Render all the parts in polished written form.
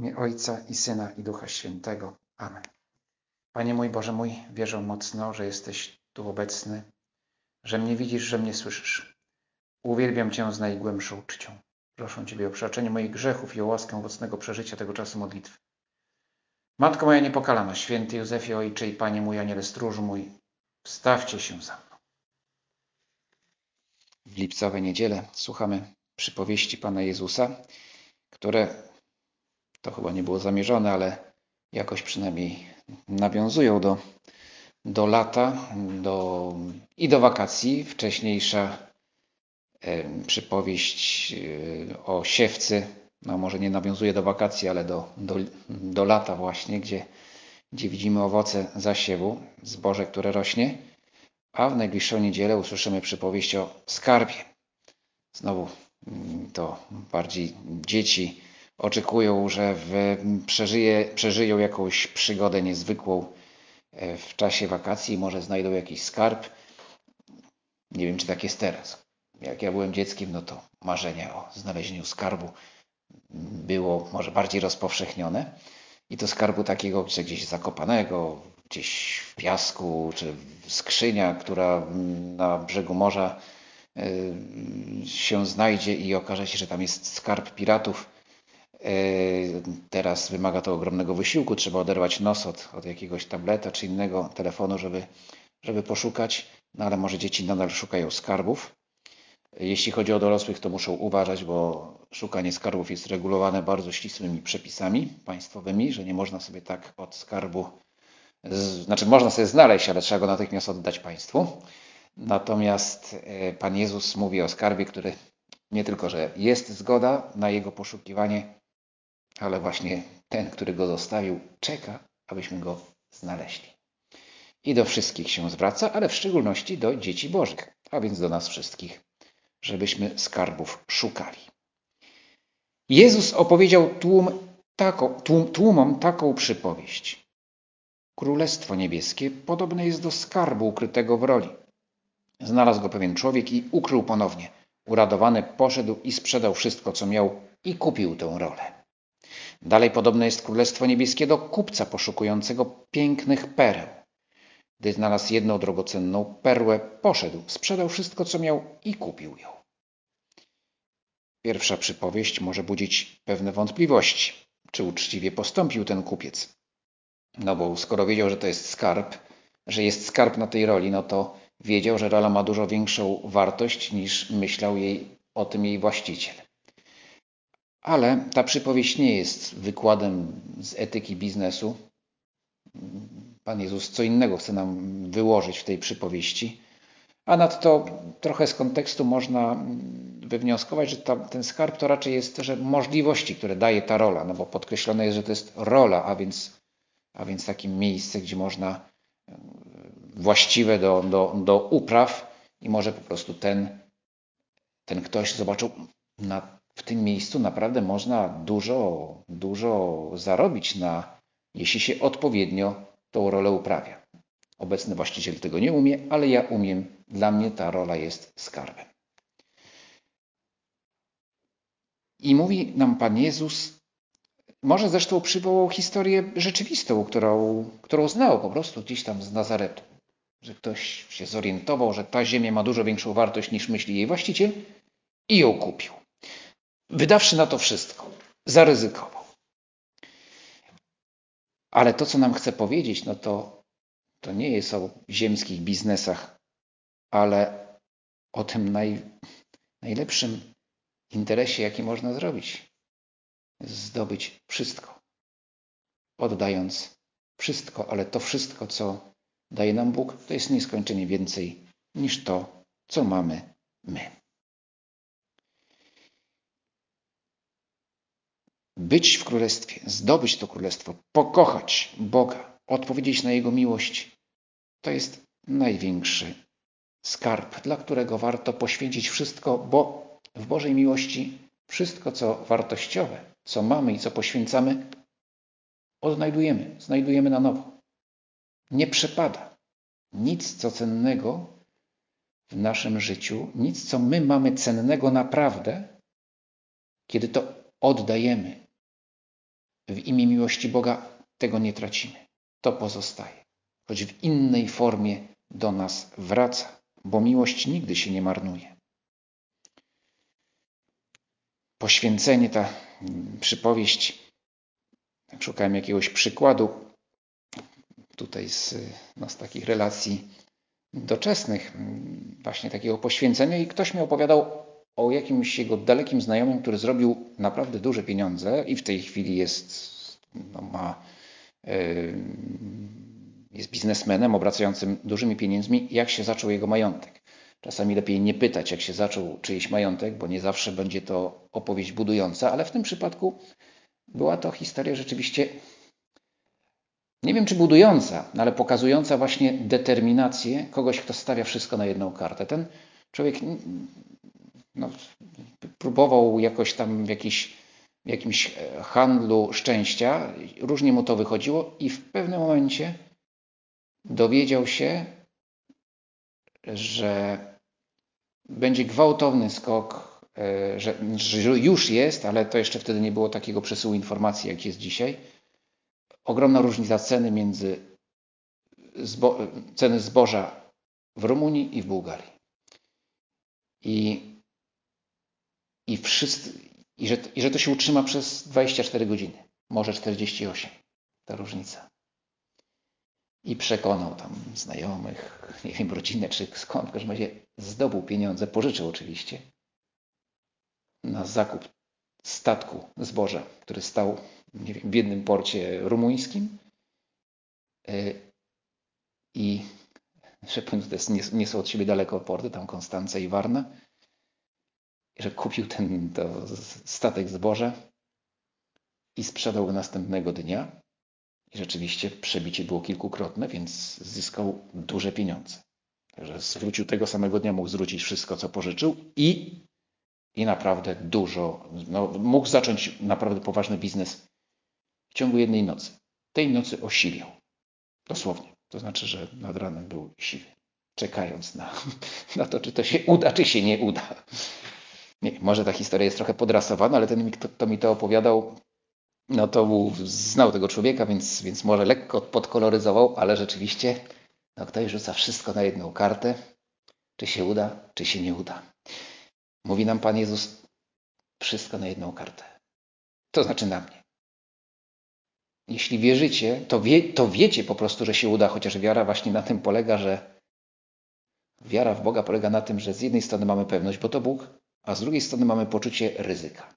imię Ojca i Syna i Ducha Świętego. Amen. Panie mój, Boże mój, wierzę mocno, że jesteś tu obecny, że mnie widzisz, że mnie słyszysz. Uwielbiam Cię z najgłębszą czcią. Proszę Ciebie o przebaczenie moich grzechów i o łaskę owocnego przeżycia tego czasu modlitwy. Matko moja niepokalana, święty Józefie, Ojcze i Panie mój, Aniele stróżu mój, wstawcie się za mną. W lipcowe niedzielę słuchamy przypowieści Pana Jezusa, które, to chyba nie było zamierzone, ale jakoś przynajmniej nawiązują do lata i do wakacji. Wcześniejsza przypowieść o siewcy, no może nie nawiązuje do wakacji, ale do lata właśnie, gdzie widzimy owoce zasiewu, zboże, które rośnie, a w najbliższą niedzielę usłyszymy przypowieść o skarbie. Znowu to bardziej dzieci oczekują, że przeżyją jakąś przygodę niezwykłą w czasie wakacji, może znajdą jakiś skarb. Nie wiem, czy tak jest teraz. Jak ja byłem dzieckiem, no to marzenie o znalezieniu skarbu było może bardziej rozpowszechnione. I to skarbu takiego, czy gdzieś zakopanego, gdzieś w piasku, czy skrzynia, która na brzegu morza się znajdzie i okaże się, że tam jest skarb piratów. Teraz wymaga to ogromnego wysiłku. Trzeba oderwać nos od jakiegoś tableta czy innego telefonu, żeby poszukać. No ale może dzieci nadal szukają skarbów. Jeśli chodzi o dorosłych, to muszą uważać, bo szukanie skarbów jest regulowane bardzo ścisłymi przepisami państwowymi, że nie można sobie tak od skarbu, znaczy można sobie znaleźć, ale trzeba go natychmiast oddać państwu. Natomiast Pan Jezus mówi o skarbie, który nie tylko, że jest zgoda na jego poszukiwanie, ale właśnie ten, który go zostawił, czeka, abyśmy go znaleźli. I do wszystkich się zwraca, ale w szczególności do dzieci bożych, a więc do nas wszystkich, żebyśmy skarbów szukali. Jezus opowiedział tłumom taką przypowieść. Królestwo niebieskie podobne jest do skarbu ukrytego w roli. Znalazł go pewien człowiek i ukrył ponownie. Uradowany poszedł i sprzedał wszystko, co miał i kupił tę rolę. Dalej podobne jest Królestwo niebieskie do kupca poszukującego pięknych pereł. Gdy znalazł jedną drogocenną perłę, poszedł, sprzedał wszystko, co miał i kupił ją. Pierwsza przypowieść może budzić pewne wątpliwości, czy uczciwie postąpił ten kupiec. No bo skoro wiedział, że to jest skarb, że jest skarb na tej roli, no to wiedział, że rola ma dużo większą wartość niż myślał o tym jej właściciel. Ale ta przypowieść nie jest wykładem z etyki biznesu. Pan Jezus co innego chce nam wyłożyć w tej przypowieści. A nadto trochę z kontekstu można wywnioskować, że ten skarb to raczej jest też możliwości, które daje ta rola, no bo podkreślone jest, że to jest rola, a więc takie miejsce, gdzie można właściwe do upraw i może po prostu ten ktoś zobaczył, w tym miejscu naprawdę można dużo zarobić, jeśli się odpowiednio tą rolę uprawia. Obecny właściciel tego nie umie, ale ja umiem. Dla mnie ta rola jest skarbem. I mówi nam Pan Jezus, może zresztą przywołał historię rzeczywistą, którą znał po prostu gdzieś tam z Nazaretu. Że ktoś się zorientował, że ta ziemia ma dużo większą wartość niż myśli jej właściciel i ją kupił. Wydawszy na to wszystko, zaryzykował. Ale to, co nam chce powiedzieć, no to nie jest o ziemskich biznesach, ale o tym najlepszym interesie, jaki można zrobić. Zdobyć wszystko, oddając wszystko, ale to wszystko, co daje nam Bóg, to jest nieskończenie więcej niż to, co mamy my. Być w Królestwie, zdobyć to Królestwo, pokochać Boga, odpowiedzieć na Jego miłość, to jest największy skarb, dla którego warto poświęcić wszystko, bo w Bożej miłości wszystko, co wartościowe, co mamy i co poświęcamy, znajdujemy na nowo. Nie przepada nic, co cennego w naszym życiu, nic, co my mamy cennego naprawdę, kiedy to oddajemy w imię miłości Boga tego nie tracimy. To pozostaje. Choć w innej formie do nas wraca, bo miłość nigdy się nie marnuje. Poświęcenie, ta przypowieść, szukałem jakiegoś przykładu tutaj z takich relacji doczesnych, właśnie takiego poświęcenia i ktoś mi opowiadał o jakimś jego dalekim znajomym, który zrobił naprawdę duże pieniądze i w tej chwili jest biznesmenem obracającym dużymi pieniędzmi. Jak się zaczął jego majątek? Czasami lepiej nie pytać, jak się zaczął czyjś majątek, bo nie zawsze będzie to opowieść budująca, ale w tym przypadku była to historia rzeczywiście, nie wiem czy budująca, ale pokazująca właśnie determinację kogoś, kto stawia wszystko na jedną kartę. Ten człowiek próbował jakoś tam w jakimś handlu szczęścia, różnie mu to wychodziło i w pewnym momencie dowiedział się, że będzie gwałtowny skok, że już jest, ale to jeszcze wtedy nie było takiego przesyłu informacji, jak jest dzisiaj. Ogromna różnica ceny między ceny zboża w Rumunii i w Bułgarii. I że to się utrzyma przez 24 godziny, może 48, ta różnica. I przekonał tam znajomych, nie wiem, rodzinę czy skąd, w każdym razie zdobył pieniądze, pożyczył oczywiście, na zakup statku zboża, który stał, nie wiem, w jednym porcie rumuńskim i że to nie są od siebie daleko porty, tam Konstancja i Warna, że kupił ten statek zboża i sprzedał go następnego dnia. I rzeczywiście przebicie było kilkukrotne, więc zyskał duże pieniądze. Także zwrócił tego samego dnia, mógł zwrócić wszystko, co pożyczył i naprawdę dużo. Mógł zacząć naprawdę poważny biznes w ciągu jednej nocy. Tej nocy osiwiał. Dosłownie. To znaczy, że nad ranem był siwy. Czekając na to, czy to się uda, czy się nie uda. Nie, może ta historia jest trochę podrasowana, ale ten, kto mi to opowiadał, to znał tego człowieka, więc może lekko podkoloryzował, ale rzeczywiście ktoś rzuca wszystko na jedną kartę. Czy się uda, czy się nie uda. Mówi nam Pan Jezus, wszystko na jedną kartę. To znaczy na mnie. Jeśli wierzycie, to wiecie po prostu, że się uda, chociaż wiara właśnie na tym polega, że wiara w Boga polega na tym, że z jednej strony mamy pewność, bo to Bóg, a z drugiej strony mamy poczucie ryzyka.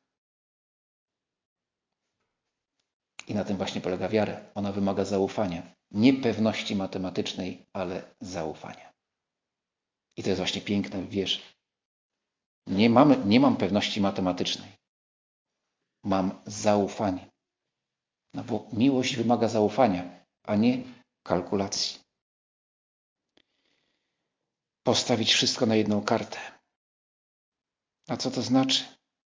I na tym właśnie polega wiara. Ona wymaga zaufania. Nie pewności matematycznej, ale zaufania. I to jest właśnie piękne w wierze. Nie mam pewności matematycznej. Mam zaufanie. No bo miłość wymaga zaufania, a nie kalkulacji. Postawić wszystko na jedną kartę. A co to znaczy?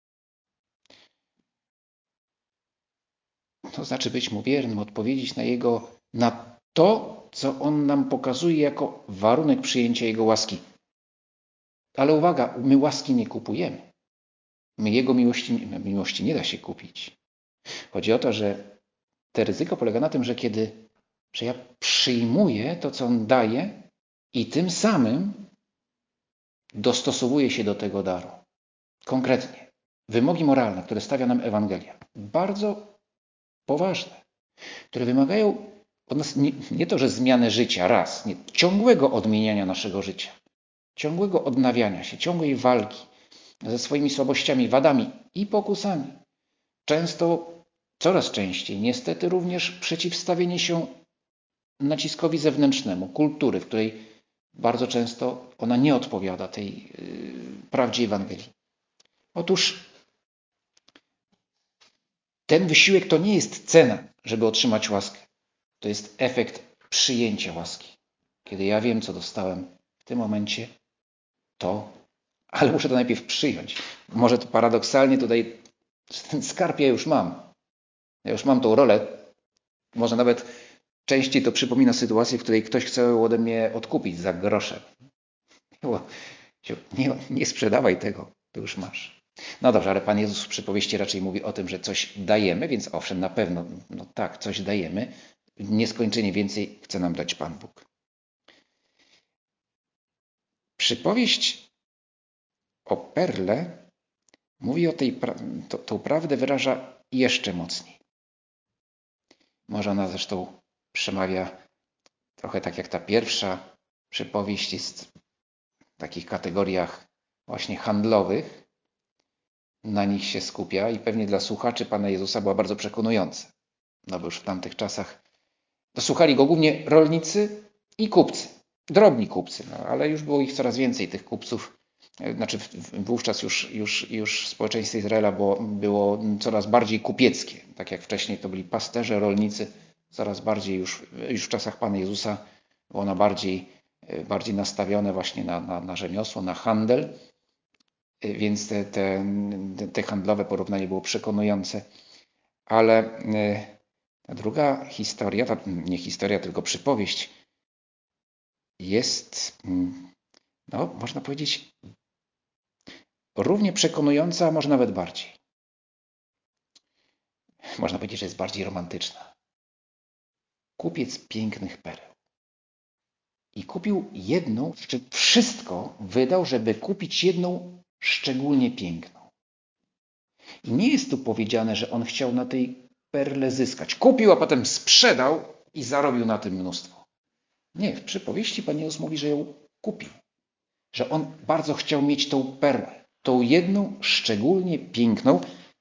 To znaczy być mu wiernym, odpowiedzieć na to, co on nam pokazuje jako warunek przyjęcia jego łaski. Ale uwaga, my łaski nie kupujemy. Jego miłości nie da się kupić. Chodzi o to, że to ryzyko polega na tym, że ja przyjmuję to, co on daje i tym samym dostosowuję się do tego daru. Konkretnie, wymogi moralne, które stawia nam Ewangelia, bardzo poważne, które wymagają od nas nie to, że zmiany życia raz, nie, ciągłego odmieniania naszego życia, ciągłego odnawiania się, ciągłej walki ze swoimi słabościami, wadami i pokusami. Często, coraz częściej, niestety również przeciwstawienie się naciskowi zewnętrznemu, kultury, w której bardzo często ona nie odpowiada tej prawdzie Ewangelii. Otóż ten wysiłek to nie jest cena, żeby otrzymać łaskę. To jest efekt przyjęcia łaski. Kiedy ja wiem, co dostałem w tym momencie, ale muszę to najpierw przyjąć. Może to paradoksalnie tutaj ten skarb ja już mam. Ja już mam tą rolę. Może nawet częściej to przypomina sytuację, w której ktoś chce ode mnie odkupić za grosze. Nie sprzedawaj tego, to już masz. No dobrze, ale Pan Jezus w przypowieści raczej mówi o tym, że coś dajemy, więc owszem, na pewno, no tak, coś dajemy. Nieskończenie więcej chce nam dać Pan Bóg. Przypowieść o perle mówi o tą prawdę wyraża jeszcze mocniej. Może ona zresztą przemawia trochę tak jak ta pierwsza przypowieść, jest w takich kategoriach właśnie handlowych. Na nich się skupia i pewnie dla słuchaczy Pana Jezusa była bardzo przekonująca. No bo już w tamtych czasach to słuchali go głównie rolnicy i kupcy, drobni kupcy, no, ale już było ich coraz więcej, tych kupców. Znaczy wówczas już społeczeństwo Izraela było coraz bardziej kupieckie. Tak jak wcześniej to byli pasterze, rolnicy, coraz bardziej już w czasach Pana Jezusa było ono bardziej nastawione właśnie na rzemiosło, na handel. Więc te handlowe porównanie było przekonujące. Ale ta druga historia, nie historia, tylko przypowieść jest, no, można powiedzieć, równie przekonująca, a może nawet bardziej. Można powiedzieć, że jest bardziej romantyczna. Kupiec pięknych pereł. I kupił jedną, wszystko wydał, żeby kupić jedną szczególnie piękną. I nie jest tu powiedziane, że on chciał na tej perle zyskać. Kupił, a potem sprzedał i zarobił na tym mnóstwo. Nie, w przypowieści Pan Jezus mówi, że ją kupił. Że on bardzo chciał mieć tą perłę. Tą jedną, szczególnie piękną,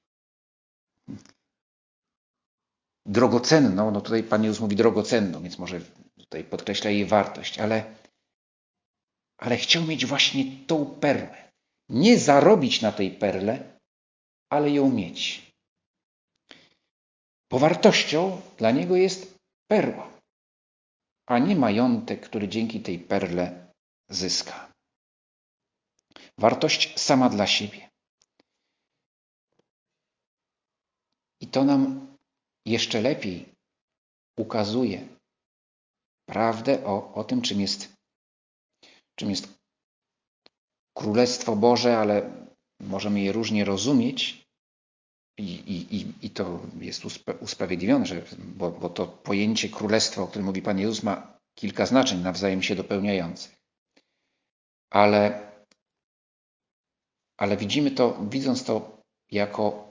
drogocenną. No tutaj Pan Jezus mówi drogocenną, więc może tutaj podkreśla jej wartość. Ale chciał mieć właśnie tą perłę. Nie zarobić na tej perle, ale ją mieć. Bo wartością dla niego jest perła, a nie majątek, który dzięki tej perle zyska. Wartość sama dla siebie. I to nam jeszcze lepiej ukazuje prawdę o tym, czym jest Królestwo Boże, ale możemy je różnie rozumieć i to jest usprawiedliwione, bo to pojęcie królestwa, o którym mówi Pan Jezus, ma kilka znaczeń nawzajem się dopełniających. Ale widząc to jako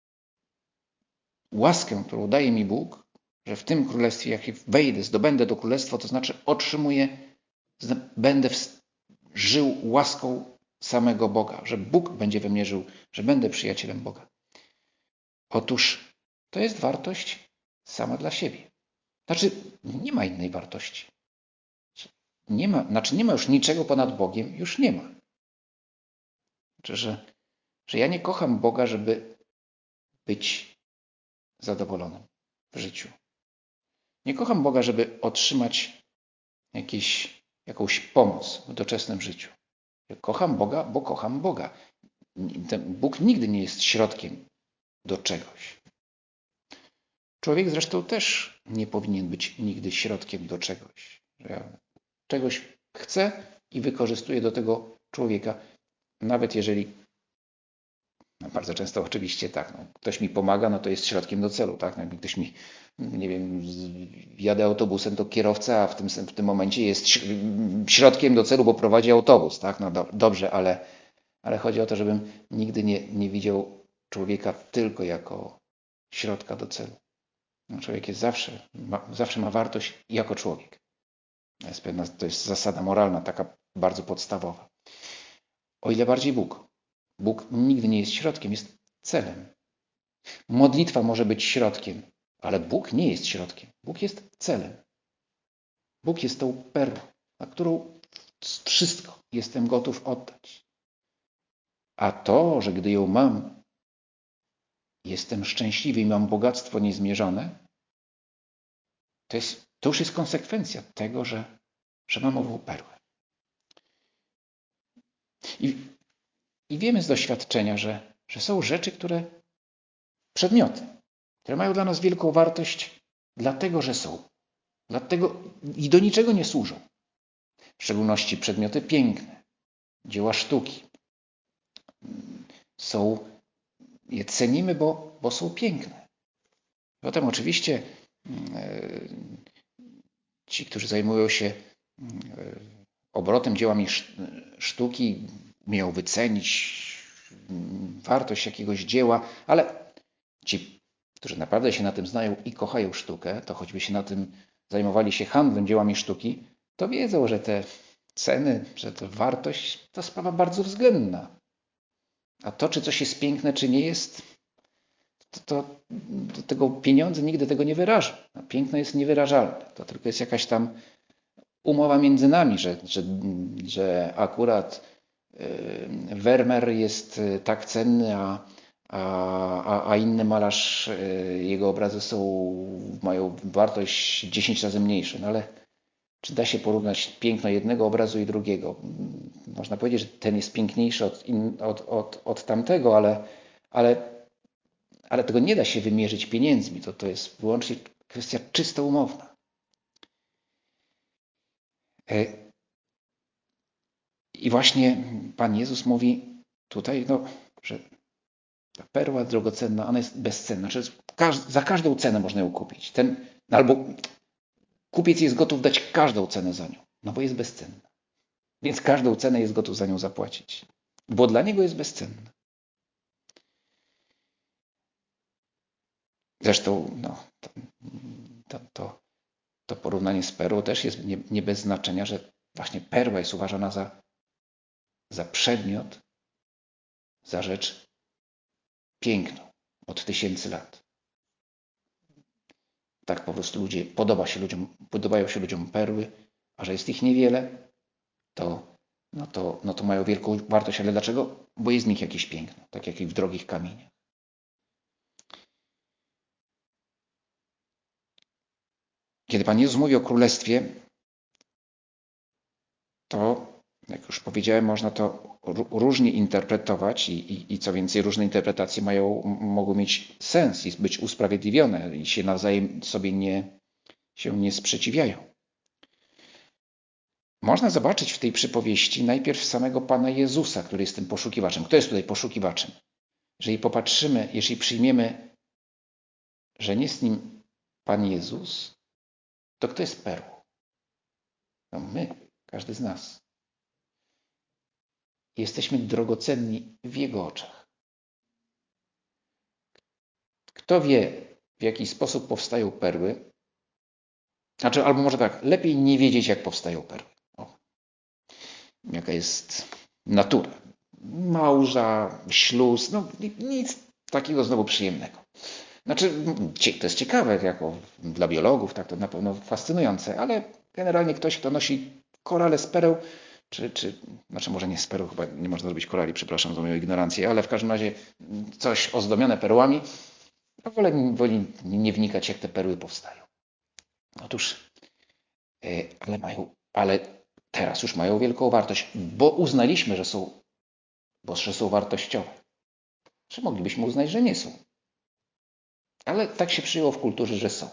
łaskę, którą daje mi Bóg, że w tym królestwie, jak wejdę, zdobędę to królestwo, to znaczy będę żył łaską samego Boga, że Bóg będzie we mnie żył, że będę przyjacielem Boga. Otóż to jest wartość sama dla siebie. Znaczy, nie ma innej wartości. Nie ma już niczego ponad Bogiem, już nie ma. Znaczy, że ja nie kocham Boga, żeby być zadowolonym w życiu. Nie kocham Boga, żeby otrzymać jakąś pomoc w doczesnym życiu. Ja kocham Boga, bo kocham Boga. Bóg nigdy nie jest środkiem do czegoś. Człowiek zresztą też nie powinien być nigdy środkiem do czegoś. Ja czegoś chcę i wykorzystuję do tego człowieka, nawet jeżeli bardzo często oczywiście tak, ktoś mi pomaga, no to jest środkiem do celu, tak? Jakby ktoś mi, nie wiem, jadę autobusem, to kierowca w tym momencie jest środkiem do celu, bo prowadzi autobus, tak? No dobrze, ale chodzi o to, żebym nigdy nie widział człowieka tylko jako środka do celu. No, człowiek jest zawsze ma wartość jako człowiek. To jest zasada moralna, taka bardzo podstawowa. O ile bardziej Bóg. Bóg nigdy nie jest środkiem, jest celem. Modlitwa może być środkiem, ale Bóg nie jest środkiem. Bóg jest celem. Bóg jest tą perłą, na którą wszystko jestem gotów oddać. A to, że gdy ją mam, jestem szczęśliwy i mam bogactwo niezmierzone, to już jest konsekwencja tego, że mam ową perłę. I wiemy z doświadczenia, że są rzeczy, przedmioty, które mają dla nas wielką wartość, dlatego że są. Dlatego i do niczego nie służą. W szczególności przedmioty piękne, dzieła sztuki, je cenimy, bo są piękne. Potem oczywiście ci, którzy zajmują się obrotem dziełami sztuki, umieją wycenić wartość jakiegoś dzieła, ale ci, którzy naprawdę się na tym znają i kochają sztukę, to choćby się na tym zajmowali się handlem dziełami sztuki, to wiedzą, że te ceny, że ta wartość to sprawa bardzo względna. A to, czy coś jest piękne, czy nie jest, to tego pieniądze nigdy tego nie wyrażą. Piękno jest niewyrażalne. To tylko jest jakaś tam umowa między nami, że akurat Vermeer jest tak cenny, a inny malarz, jego obrazy mają wartość 10 razy mniejszą. No ale czy da się porównać piękno jednego obrazu i drugiego? Można powiedzieć, że ten jest piękniejszy od tamtego, ale tego nie da się wymierzyć pieniędzmi. To jest wyłącznie kwestia czysto umowna. I właśnie Pan Jezus mówi tutaj, że ta perła drogocenna, ona jest bezcenna. Znaczy za każdą cenę można ją kupić. Albo kupiec jest gotów dać każdą cenę za nią, bo jest bezcenna. Więc każdą cenę jest gotów za nią zapłacić, bo dla niego jest bezcenna. Zresztą to porównanie z perłą też jest nie bez znaczenia, że właśnie perła jest uważana za przedmiot, za rzecz piękną od 1000 lat. Tak po prostu podobają się ludziom perły, a że jest ich niewiele, to mają wielką wartość. Ale dlaczego? Bo jest w nich jakieś piękno, tak jak i w drogich kamieniach. Kiedy Pan Jezus mówi o królestwie, to, jak już powiedziałem, można to różnie interpretować i co więcej, różne interpretacje mogą mieć sens i być usprawiedliwione i się nawzajem sobie nie sprzeciwiają. Można zobaczyć w tej przypowieści najpierw samego Pana Jezusa, który jest tym poszukiwaczem. Kto jest tutaj poszukiwaczem? Jeżeli popatrzymy, jeżeli przyjmiemy, że nie jest nim Pan Jezus, to kto jest perłą? My, każdy z nas. Jesteśmy drogocenni w Jego oczach. Kto wie, w jaki sposób powstają perły? Albo może tak, lepiej nie wiedzieć, jak powstają perły. Jaka jest natura. Małża, śluz, nic takiego znowu przyjemnego. To jest ciekawe, jako dla biologów, tak to na pewno fascynujące, ale generalnie ktoś, kto nosi korale z pereł, może nie z pereł, chyba nie można zrobić korali, przepraszam za moją ignorancję, ale w każdym razie coś ozdobione perłami, woli nie wnikać, jak te perły powstają. Otóż, ale teraz już mają wielką wartość, bo uznaliśmy, że są wartościowe. Czy moglibyśmy uznać, że nie są? Ale tak się przyjęło w kulturze, że są.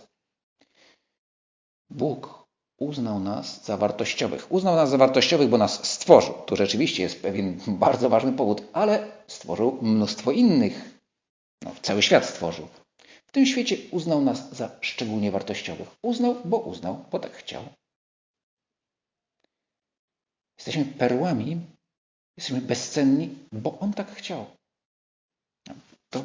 Bóg uznał nas za wartościowych. Uznał nas za wartościowych, bo nas stworzył. To rzeczywiście jest pewien bardzo ważny powód, ale stworzył mnóstwo innych. Cały świat stworzył. W tym świecie uznał nas za szczególnie wartościowych. Uznał, bo tak chciał. Jesteśmy perłami, jesteśmy bezcenni, bo On tak chciał. To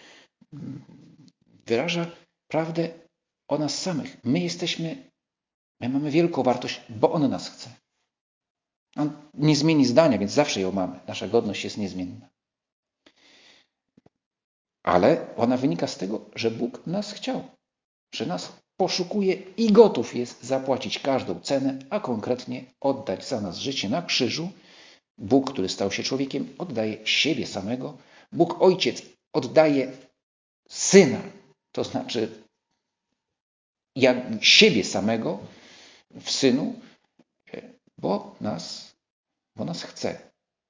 wyraża prawdę o nas samych. My mamy wielką wartość, bo On nas chce. On nie zmieni zdania, więc zawsze ją mamy. Nasza godność jest niezmienna. Ale ona wynika z tego, że Bóg nas chciał. Że nas poszukuje i gotów jest zapłacić każdą cenę, a konkretnie oddać za nas życie na krzyżu. Bóg, który stał się człowiekiem, oddaje siebie samego. Bóg Ojciec oddaje Syna, to znaczy siebie samego w Synu, bo nas chce.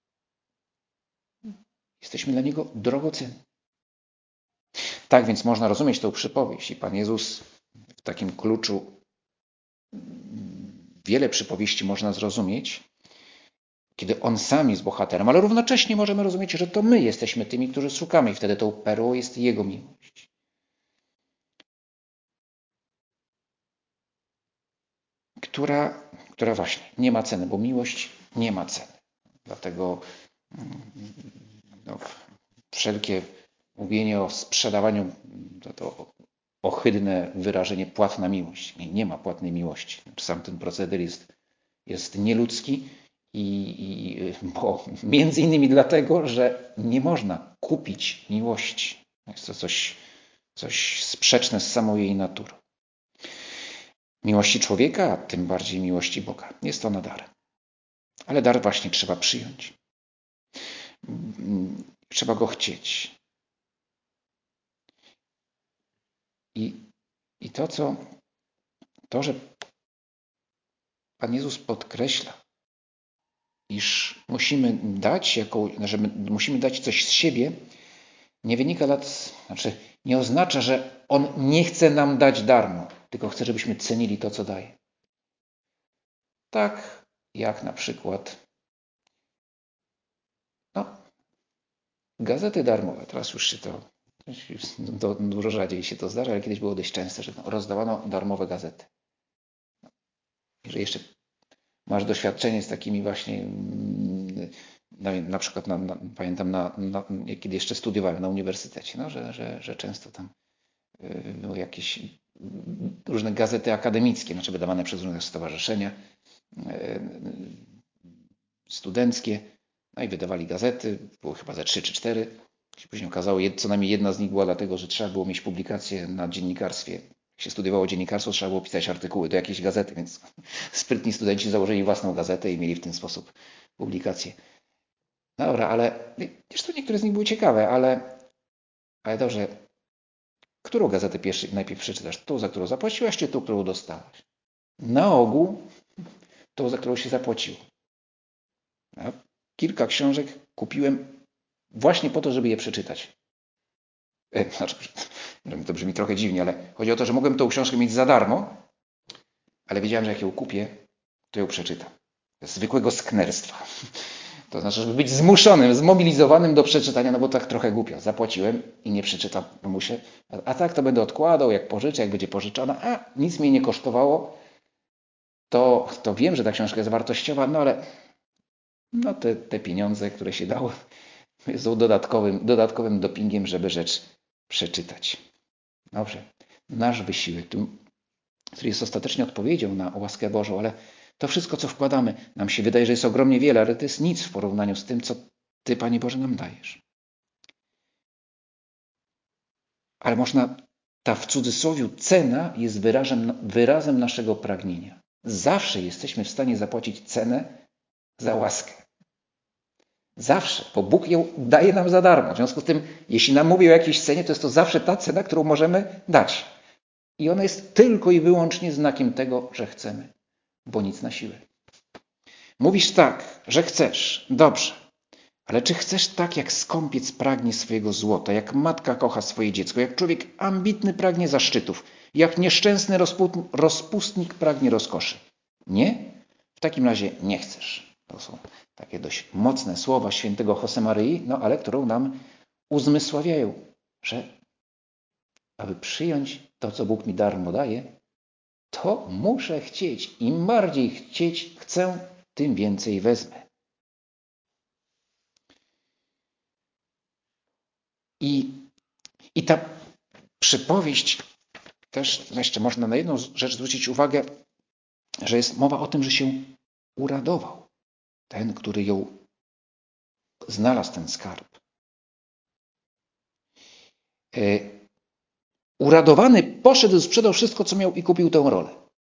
Jesteśmy dla Niego drogocenni. Tak więc można rozumieć tę przypowieść. I Pan Jezus w takim kluczu wiele przypowieści można zrozumieć. kiedy on sam jest bohaterem, ale równocześnie możemy rozumieć, że to my jesteśmy tymi, którzy szukamy i wtedy tą perłą jest Jego miłość. Która właśnie nie ma ceny, bo miłość nie ma ceny. Dlatego wszelkie mówienie o sprzedawaniu to ohydne wyrażenie płatna miłość. Nie ma płatnej miłości. Sam ten proceder jest nieludzki bo między innymi dlatego, że nie można kupić miłości. Jest to coś sprzeczne z samą jej naturą. Miłości człowieka, a tym bardziej miłości Boga. Jest ona dar. Ale dar właśnie trzeba przyjąć. Trzeba go chcieć. I to, że Pan Jezus podkreśla, iż musimy dać coś z siebie, nie wynika nie oznacza, że On nie chce nam dać darmo, tylko chce, żebyśmy cenili to, co daje. Tak jak na przykład gazety darmowe. Teraz już dużo rzadziej się to zdarza, ale kiedyś było dość częste, że rozdawano darmowe gazety. Jeżeli jeszcze masz doświadczenie z takimi właśnie, na przykład pamiętam, kiedy jeszcze studiowałem na uniwersytecie, że często tam były jakieś różne gazety akademickie, wydawane przez różne stowarzyszenia studenckie, i wydawali gazety, było chyba ze 3 czy 4. Później okazało, co najmniej jedna z nich była dlatego, że trzeba było mieć publikację na dziennikarstwie. Jak się studiowało dziennikarstwo, trzeba było pisać artykuły do jakiejś gazety, więc sprytni studenci założyli własną gazetę i mieli w ten sposób publikację. Dobra, ale to niektóre z nich były ciekawe, ale dobrze, którą gazetę najpierw przeczytasz? Tą, za którą zapłaciłaś, czy tą, którą dostałaś? Na ogół tą, za którą się zapłaciło. Kilka książek kupiłem właśnie po to, żeby je przeczytać. To brzmi trochę dziwnie, ale chodzi o to, że mogłem tą książkę mieć za darmo, ale wiedziałem, że jak ją kupię, to ją przeczytam. Z zwykłego sknerstwa. To znaczy, żeby być zmuszonym, zmobilizowanym do przeczytania, bo tak trochę głupio. Zapłaciłem i nie przeczytam, bo muszę. A tak to będę odkładał, jak pożyczę, jak będzie pożyczona. A nic mnie nie kosztowało. To wiem, że ta książka jest wartościowa, ale te pieniądze, które się dało, są dodatkowym dopingiem, żeby rzecz przeczytać. Dobrze. Nasz wysiłek, który jest ostatecznie odpowiedzią na łaskę Bożą, ale to wszystko, co wkładamy, nam się wydaje, że jest ogromnie wiele, ale to jest nic w porównaniu z tym, co Ty, Panie Boże, nam dajesz. Ale ta w cudzysłowie cena jest wyrazem naszego pragnienia. Zawsze jesteśmy w stanie zapłacić cenę za łaskę. Zawsze, bo Bóg ją daje nam za darmo. W związku z tym, jeśli nam mówi o jakiejś cenie, to jest to zawsze ta cena, którą możemy dać. I ona jest tylko i wyłącznie znakiem tego, że chcemy, bo nic na siłę. Mówisz tak, że chcesz, dobrze, ale czy chcesz tak, jak skąpiec pragnie swojego złota, jak matka kocha swoje dziecko, jak człowiek ambitny pragnie zaszczytów, jak nieszczęsny rozpustnik pragnie rozkoszy? Nie? W takim razie nie chcesz. To są takie dość mocne słowa świętego Josemaryi, ale którą nam uzmysławiają, że aby przyjąć to, co Bóg mi darmo daje, to muszę chcieć. Im bardziej chcę, tym więcej wezmę. I ta przypowieść też, jeszcze można na jedną rzecz zwrócić uwagę, że jest mowa o tym, że się uradował ten, który ją znalazł, ten skarb. Uradowany poszedł, sprzedał wszystko, co miał i kupił tę rolę.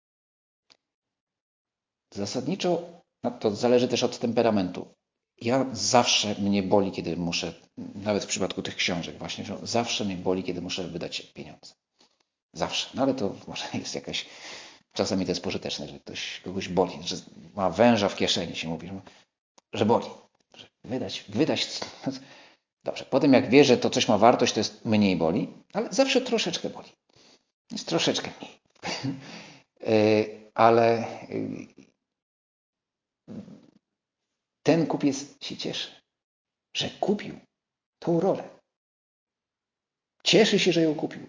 Zasadniczo, to zależy też od temperamentu. Zawsze mnie boli, kiedy muszę, nawet w przypadku tych książek właśnie, że zawsze mnie boli, kiedy muszę wydać pieniądze. Zawsze. Ale to może jest jakaś, czasami to jest pożyteczne, że kogoś boli, że ma węża w kieszeni, się mówi, że boli. Wydać. Dobrze. Potem jak wie, że to coś ma wartość, to jest mniej boli, ale zawsze troszeczkę boli. Jest troszeczkę mniej. Ale ten kupiec się cieszy, że kupił tą rolę. Cieszy się, że ją kupił.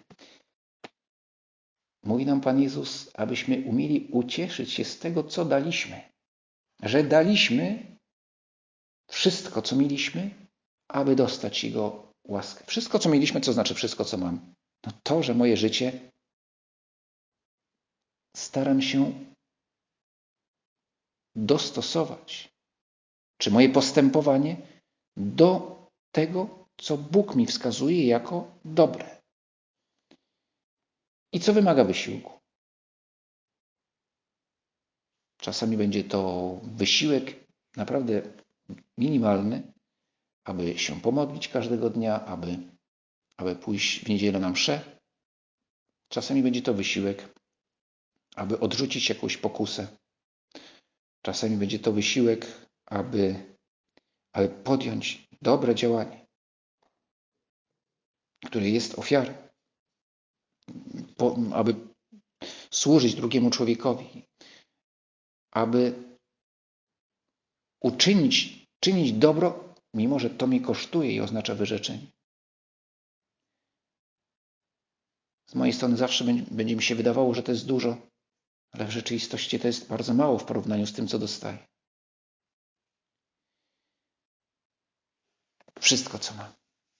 Mówi nam Pan Jezus, abyśmy umieli ucieszyć się z tego, co daliśmy. Że daliśmy wszystko, co mieliśmy, aby dostać Jego łaskę. Wszystko, co mieliśmy, co znaczy wszystko, co mam? No to, że moje życie staram się dostosować, czy moje postępowanie do tego, co Bóg mi wskazuje jako dobre. I co wymaga wysiłku? Czasami będzie to wysiłek naprawdę minimalny, aby się pomodlić każdego dnia, aby pójść w niedzielę na mszę. Czasami będzie to wysiłek, aby odrzucić jakąś pokusę. Czasami będzie to wysiłek, aby podjąć dobre działanie, które jest ofiarą, aby służyć drugiemu człowiekowi, aby czynić dobro, mimo że to mi kosztuje i oznacza wyrzeczenie. Z mojej strony zawsze będzie mi się wydawało, że to jest dużo, ale w rzeczywistości to jest bardzo mało w porównaniu z tym, co dostaję. Wszystko, co mam.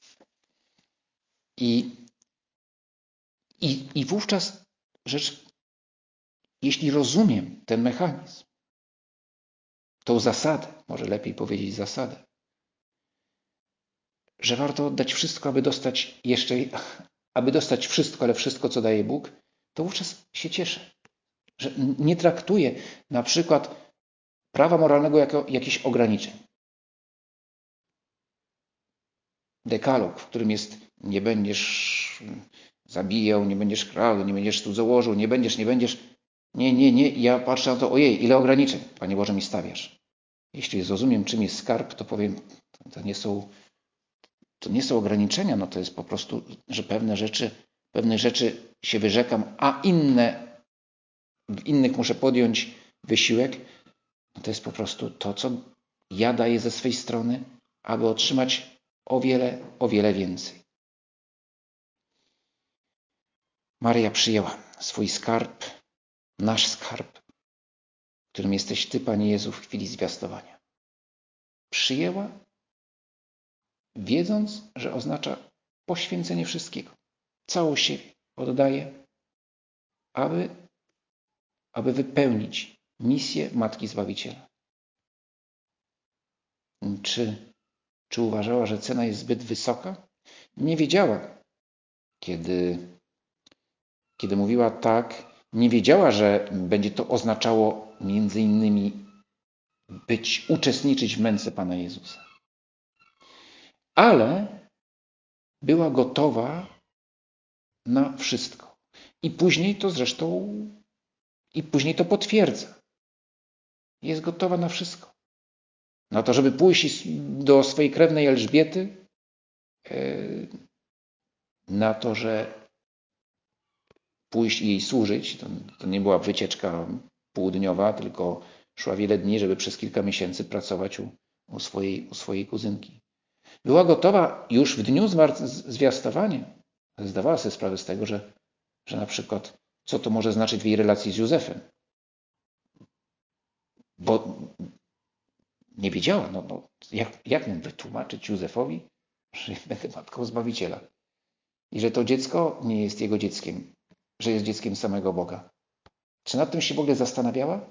I wówczas jeśli rozumiem ten mechanizm, tą zasadę, może lepiej powiedzieć zasadę, że warto oddać wszystko, aby dostać wszystko, ale wszystko, co daje Bóg, to wówczas się cieszę. Że nie traktuję na przykład prawa moralnego jako jakichś ograniczeń. Dekalog, w którym jest nie będziesz zabijał, nie będziesz kradł, nie będziesz cudzołożył, nie będziesz. Nie. Ja patrzę na to, ojej, ile ograniczeń, Panie Boże, mi stawiasz. Jeśli zrozumiem, czym jest skarb, to powiem, to nie są ograniczenia, no to jest po prostu, że pewne rzeczy się wyrzekam, a w innych muszę podjąć wysiłek. No to jest po prostu to, co ja daję ze swej strony, aby otrzymać o wiele więcej. Maryja przyjęła swój skarb, nasz skarb, którym jesteś Ty, Panie Jezu, w chwili zwiastowania. Przyjęła, wiedząc, że oznacza poświęcenie wszystkiego. Całą siebie oddaje, aby wypełnić misję Matki Zbawiciela. Czy uważała, że cena jest zbyt wysoka? Nie wiedziała, kiedy mówiła tak, nie wiedziała, że będzie to oznaczało między innymi uczestniczyć w męce Pana Jezusa. Ale była gotowa na wszystko. I później to potwierdza. Jest gotowa na wszystko. Na to, żeby pójść do swojej krewnej Elżbiety, na to, że pójść i jej służyć, to nie była wycieczka półdniowa, tylko szła wiele dni, żeby przez kilka miesięcy pracować u swojej kuzynki. Była gotowa już w dniu zwiastowania. Zdawała sobie sprawę z tego, że na przykład co to może znaczyć w jej relacji z Józefem. Bo nie wiedziała, jak mam wytłumaczyć Józefowi, że będę matką Zbawiciela. I że to dziecko nie jest jego dzieckiem, że jest dzieckiem samego Boga. Czy nad tym się w ogóle zastanawiała?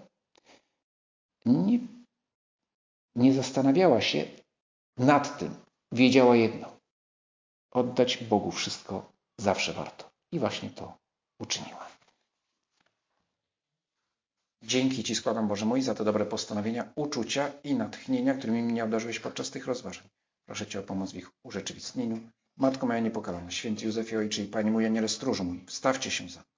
Nie zastanawiała się nad tym. Wiedziała jedno. Oddać Bogu wszystko zawsze warto. I właśnie to uczyniła. Dzięki Ci składam, Boże mój, za te dobre postanowienia, uczucia i natchnienia, którymi mnie obdarzyłeś podczas tych rozważań. Proszę Cię o pomoc w ich urzeczywistnieniu. Matko moja niepokalana, święty Józefie Ojcze i Panie mój, Aniele stróżu mój, wstawcie się za